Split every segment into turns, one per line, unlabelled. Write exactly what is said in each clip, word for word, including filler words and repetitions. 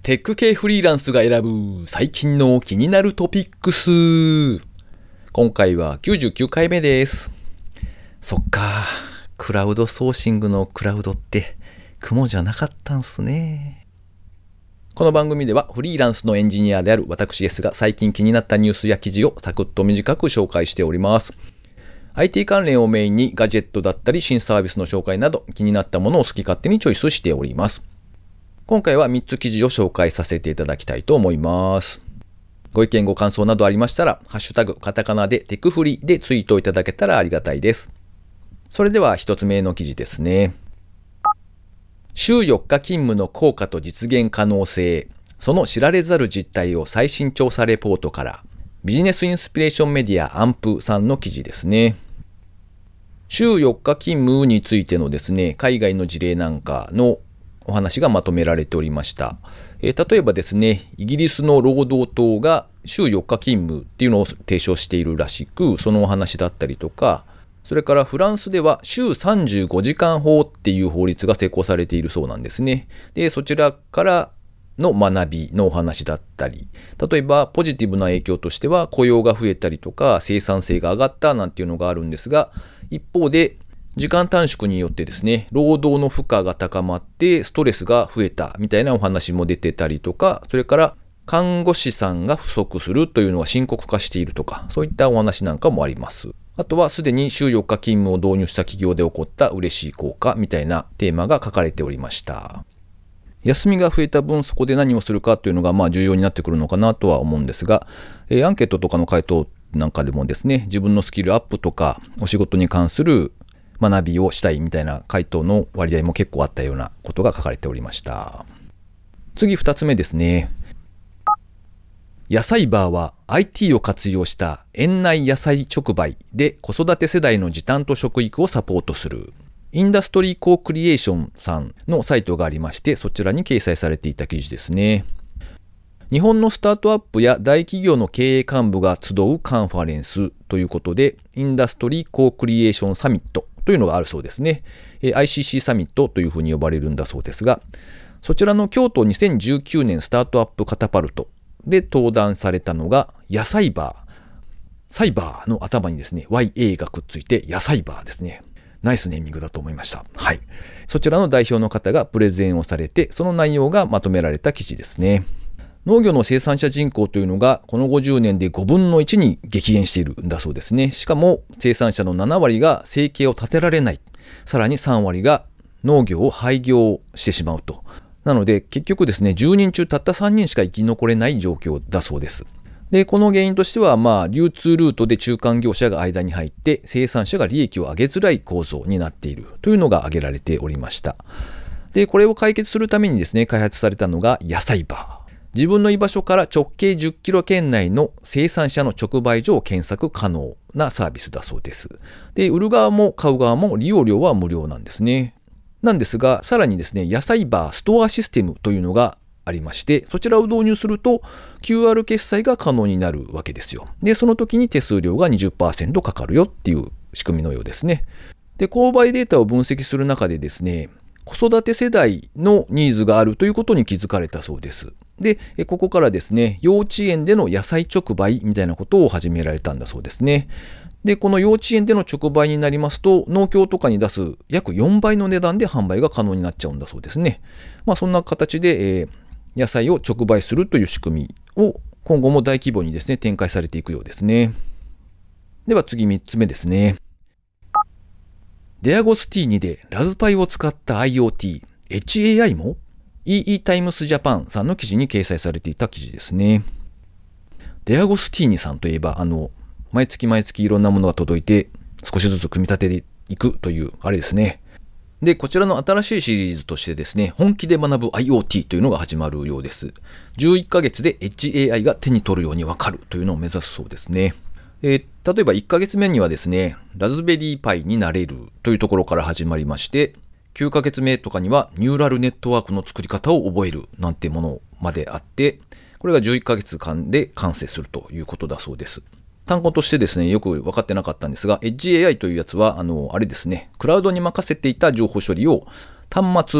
テック系フリーランスが選ぶ最近の気になるトピックス。今回はきゅうじゅうきゅうかいめです。そっか、クラウドソーシングのクラウドって雲じゃなかったんすね。この番組ではフリーランスのエンジニアである私ですが、最近気になったニュースや記事をサクッと短く紹介しております。アイティー 関連をメインにガジェットだったり新サービスの紹介など気になったものを好き勝手にチョイスしております。今回はみっつ記事を紹介させていただきたいと思います。ご意見ご感想などありましたら、ハッシュタグカタカナでテクフリでツイートいただけたらありがたいです。それではひとつめの記事ですね。週よっか勤務の効果と実現可能性、その知られざる実態を最新調査レポートから、ビジネスインスピレーションメディアアンプさんの記事ですね。週よっか勤務についてのですね、海外の事例なんかのお話がまとめられておりました。えー、例えばですね、イギリスの労働党が週よっか勤務っていうのを提唱しているらしく、そのお話だったりとか、それからフランスでは週さんじゅうごじかん法っていう法律が施行されているそうなんですね。で、そちらからの学びのお話だったり、例えばポジティブな影響としては雇用が増えたりとか生産性が上がったなんていうのがあるんですが、一方で時間短縮によってですね、労働の負荷が高まってストレスが増えたみたいなお話も出てたりとか、それから看護師さんが不足するというのが深刻化しているとか、そういったお話なんかもあります。あとはすでに週よっか勤務を導入した企業で起こった嬉しい効果みたいなテーマが書かれておりました。休みが増えた分そこで何をするかというのがまあ重要になってくるのかなとは思うんですが、えー、アンケートとかの回答なんかでもですね、自分のスキルアップとかお仕事に関する学びをしたいみたいな回答の割合も結構あったようなことが書かれておりました。次ふたつめですね。野菜バーは アイティー を活用した園内野菜直売で子育て世代の時短と食育をサポートする。インダストリーコークリエーションさんのサイトがありまして、そちらに掲載されていた記事ですね。日本のスタートアップや大企業の経営幹部が集うカンファレンスということで、インダストリーコークリエーションサミットというのがあるそうですね。アイシーシー サミットというふうに呼ばれるんだそうですが、そちらの京都にせんじゅうきゅうねんスタートアップカタパルトで登壇されたのが野菜バー。サイバーの頭にですね、ワイエー がくっついて野菜バーですね。ナイスネーミングだと思いました。はい。そちらの代表の方がプレゼンをされて、その内容がまとめられた記事ですね。農業の生産者人口というのがこのごじゅうねんでごぶんのいちに激減しているんだそうですね。しかも生産者のななわりが生計を立てられない。さらにさんわりが農業を廃業してしまうと。なので結局ですね、じゅうにん中たったさんにんしか生き残れない状況だそうです。で、この原因としては、まあ、流通ルートで中間業者が間に入って生産者が利益を上げづらい構造になっているというのが挙げられておりました。で、これを解決するためにですね、開発されたのが野菜バー。自分の居場所から直径じゅっキロ圏内の生産者の直売所を検索可能なサービスだそうです。で、売る側も買う側も利用料は無料なんですね。なんですが、さらにですね、野菜バーストアシステムというのがありまして、そちらを導入すると キューアール 決済が可能になるわけですよ。で、その時に手数料が にじゅっパーセント かかるよっていう仕組みのようですね。で、購買データを分析する中でですね、子育て世代のニーズがあるということに気づかれたそうです。で、ここからですね、幼稚園での野菜直売みたいなことを始められたんだそうですね。で、この幼稚園での直売になりますと、農協とかに出す約よんばいの値段で販売が可能になっちゃうんだそうですね。まあそんな形で、えー、野菜を直売するという仕組みを今後も大規模にですね、展開されていくようですね。では次みっつめですね。デアゴスティーニでラズパイを使った アイオーティー、エッジエーアイ もイーイー タイムスジャパンさんの記事に掲載されていた記事ですね。デアゴスティーニさんといえば、あの、毎月毎月いろんなものが届いて少しずつ組み立てていくというあれですね。で、こちらの新しいシリーズとしてですね、本気で学ぶ アイオーティー というのが始まるようです。じゅういっかげつで エッジエーアイ が手に取るようにわかるというのを目指すそうですね。えー、例えばいっかげつめにはですね、ラズベリーパイになれるというところから始まりまして、きゅうかげつめとかにはニューラルネットワークの作り方を覚えるなんてものまであって、これがじゅういっかげつかんで完成するということだそうです。単語としてですね、よく分かってなかったんですが、エッジエーアイ というやつは、あの、あれですね、クラウドに任せていた情報処理を端末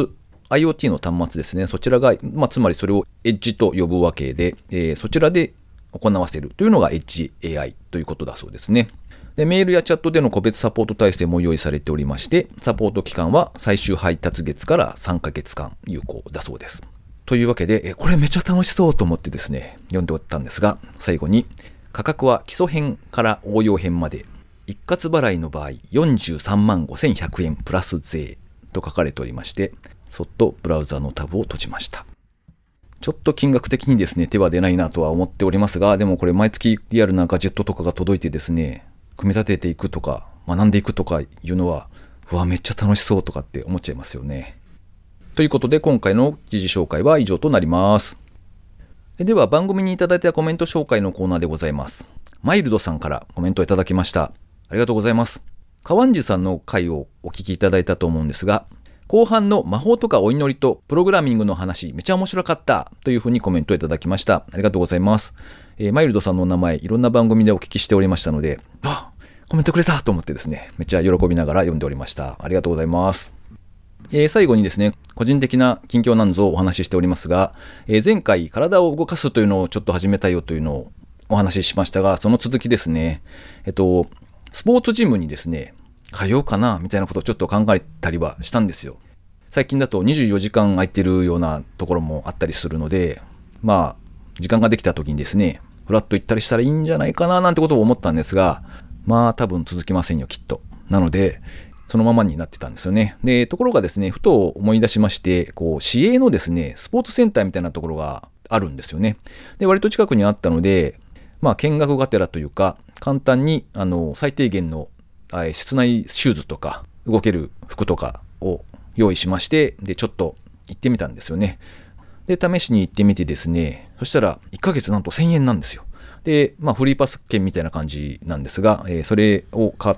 IoT の端末ですね。そちらが、まあ、つまりそれをエッジと呼ぶわけで、えー、そちらで行わせるというのが エッジエーアイ ということだそうですね。で、メールやチャットでの個別サポート体制も用意されておりまして、サポート期間は最終配達月からさんかげつかん有効だそうです。というわけで、えこれめっちゃ楽しそうと思ってですね、読んでおったんですが、最後に、価格は基礎編から応用編まで、一括払いの場合よんじゅうさんまんごせんひゃくえんプラス税と書かれておりまして、そっとブラウザのタブを閉じました。ちょっと金額的にですね、手は出ないなとは思っておりますが、でもこれ毎月リアルなガジェットとかが届いてですね、組み立てていくとか、学んでいくとかいうのは、うわ、めっちゃ楽しそうとかって思っちゃいますよね。ということで今回の記事紹介は以上となります。では番組にいただいたコメント紹介のコーナーでございます。マイルドさんからコメントをいただきました。ありがとうございます。川地さんの回をお聞きいただいたと思うんですが、後半の魔法とかお祈りとプログラミングの話めちゃ面白かったというふうにコメントをいただきました。ありがとうございます。えー、マイルドさんのお名前いろんな番組でお聞きしておりましたので、あ、コメントくれたと思ってですね、めっちゃ喜びながら読んでおりました。ありがとうございます。えー、最後にですね、個人的な近況なんぞをお話ししておりますが、えー、前回体を動かすというのをちょっと始めたよというのをお話ししましたが、その続きですね、えっと、スポーツジムにですね、通うかなみたいなことをちょっと考えたりはしたんですよ。最近だとにじゅうよじかん空いてるようなところもあったりするので、まあ、時間ができた時にですね、フラッと行ったりしたらいいんじゃないかななんてことを思ったんですが、まあ多分続きませんよ、きっと。なので、そのままになってたんですよね。で、ところがですね、ふと思い出しまして、こう、市営のですね、スポーツセンターみたいなところがあるんですよね。で、割と近くにあったので、まあ、見学がてらというか、簡単に、あの、最低限の、室内シューズとか、動ける服とかを用意しまして、で、ちょっと行ってみたんですよね。で、試しに行ってみてですね、そしたら、いっかげつなんとせんえんなんですよ。で、まあ、フリーパス券みたいな感じなんですが、えー、それを買って、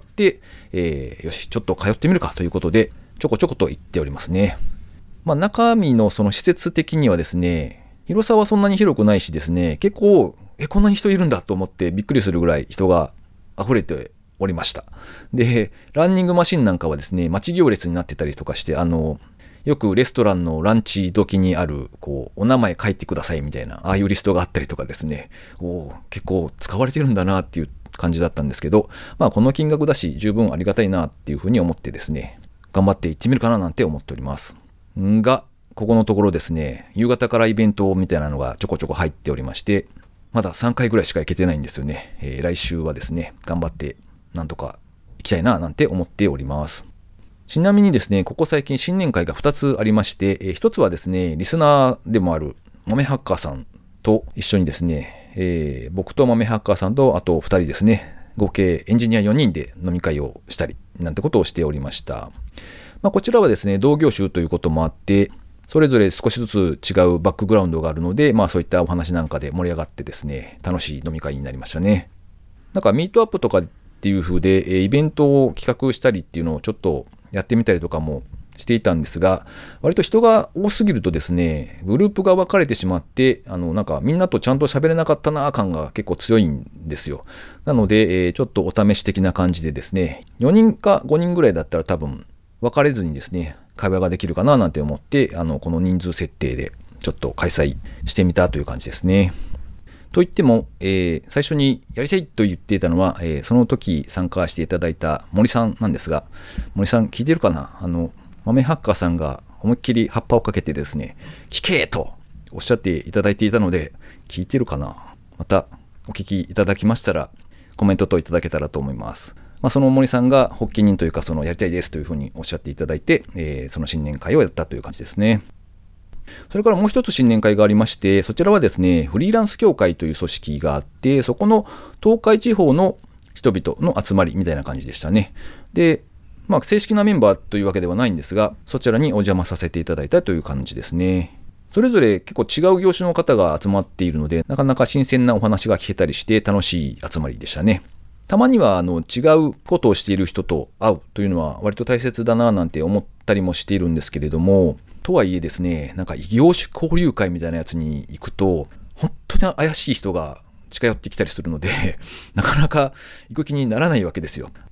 えー、よし、ちょっと通ってみるかということで、ちょこちょこと行っておりますね。まあ、中身のその施設的にはですね、広さはそんなに広くないしですね、結構、え、こんなに人いるんだと思ってびっくりするぐらい人が溢れておりました。で、ランニングマシンなんかはですね、待ち行列になってたりとかして、あの、よくレストランのランチ時にある、こう、お名前書いてくださいみたいな、ああいうリストがあったりとかですね、お結構使われてるんだなっていう感じだったんですけど、まあこの金額だし十分ありがたいなっていうふうに思ってですね、頑張って行ってみるかななんて思っております。んが、ここのところですね、夕方からイベントみたいなのがちょこちょこ入っておりまして、まださんかいぐらいしか行けてないんですよね。えー、来週はですね、頑張ってなんとか行きたいななんて思っております。ちなみにですね、ここ最近新年会がふたつありまして、えー、ひとつはですね、リスナーでもある豆ハッカーさんと一緒にですね、えー、僕と豆ハッカーさんとあとふたりですね、合計エンジニアよにんで飲み会をしたりなんてことをしておりました。まあ、こちらはですね、同業種ということもあって、それぞれ少しずつ違うバックグラウンドがあるので、まあそういったお話なんかで盛り上がってですね、楽しい飲み会になりましたね。なんかミートアップとかっていう風で、イベントを企画したりっていうのをちょっとやってみたりとかもしていたんですが、割と人が多すぎるとですね、グループが分かれてしまって、あのなんかみんなとちゃんと喋れなかったな感が結構強いんですよ。なので、ちょっとお試し的な感じでですね、よにんかごにんぐらいだったら多分分かれずにですね、会話ができるかななんて思って、あのこの人数設定でちょっと開催してみたという感じですね。といっても、えー、最初にやりたいと言っていたのは、えー、その時参加していただいた森さんなんですが、森さん聞いてるかな？あの豆ハッカーさんが思いっきり葉っぱをかけてですね、聞けとおっしゃっていただいていたので、聞いてるかな？またお聞きいただきましたらコメントといただけたらと思います。まあ、その森さんが発起人というか、そのやりたいですというふうにおっしゃっていただいて、えー、その新年会をやったという感じですね。それからもう一つ新年会がありまして、そちらはですね、フリーランス協会という組織があって、そこの東海地方の人々の集まりみたいな感じでしたね。で、まあ正式なメンバーというわけではないんですが、そちらにお邪魔させていただいたという感じですね。それぞれ結構違う業種の方が集まっているので、なかなか新鮮なお話が聞けたりして楽しい集まりでしたね。たまにはあの違うことをしている人と会うというのは割と大切だななんて思ったりもしているんですけれども、とはいえですね、なんか異業種交流会みたいなやつに行くと、本当に怪しい人が近寄ってきたりするので、なかなか行く気にならないわけですよ。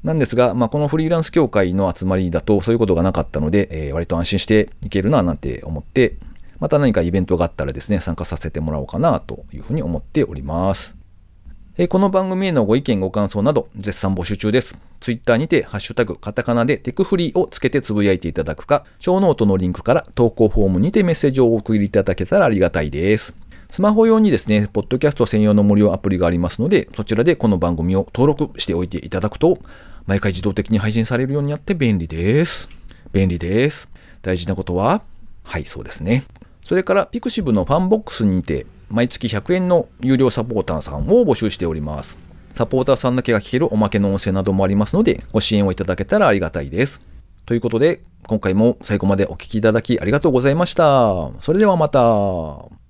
なんですが、まあ、このフリーランス協会の集まりだとそういうことがなかったので、えー、割と安心していけるななんて思って、また何かイベントがあったらですね、参加させてもらおうかなというふうに思っております。えー、この番組へのご意見ご感想など絶賛募集中です。ツイッターにてハッシュタグカタカナでテクフリーをつけてつぶやいていただくか、ショーノートのリンクから投稿フォームにてメッセージをお送りいただけたらありがたいです。スマホ用にですね、ポッドキャスト専用の無料アプリがありますので、そちらでこの番組を登録しておいていただくと、毎回自動的に配信されるようになって便利です。便利です。大事なことは、はい、そうですね。それから、ピクシブのファンボックスにて、毎月ひゃくえんの有料サポーターさんを募集しております。サポーターさんだけが聞けるおまけの音声などもありますので、ご支援をいただけたらありがたいです。ということで、今回も最後までお聞きいただきありがとうございました。それではまた。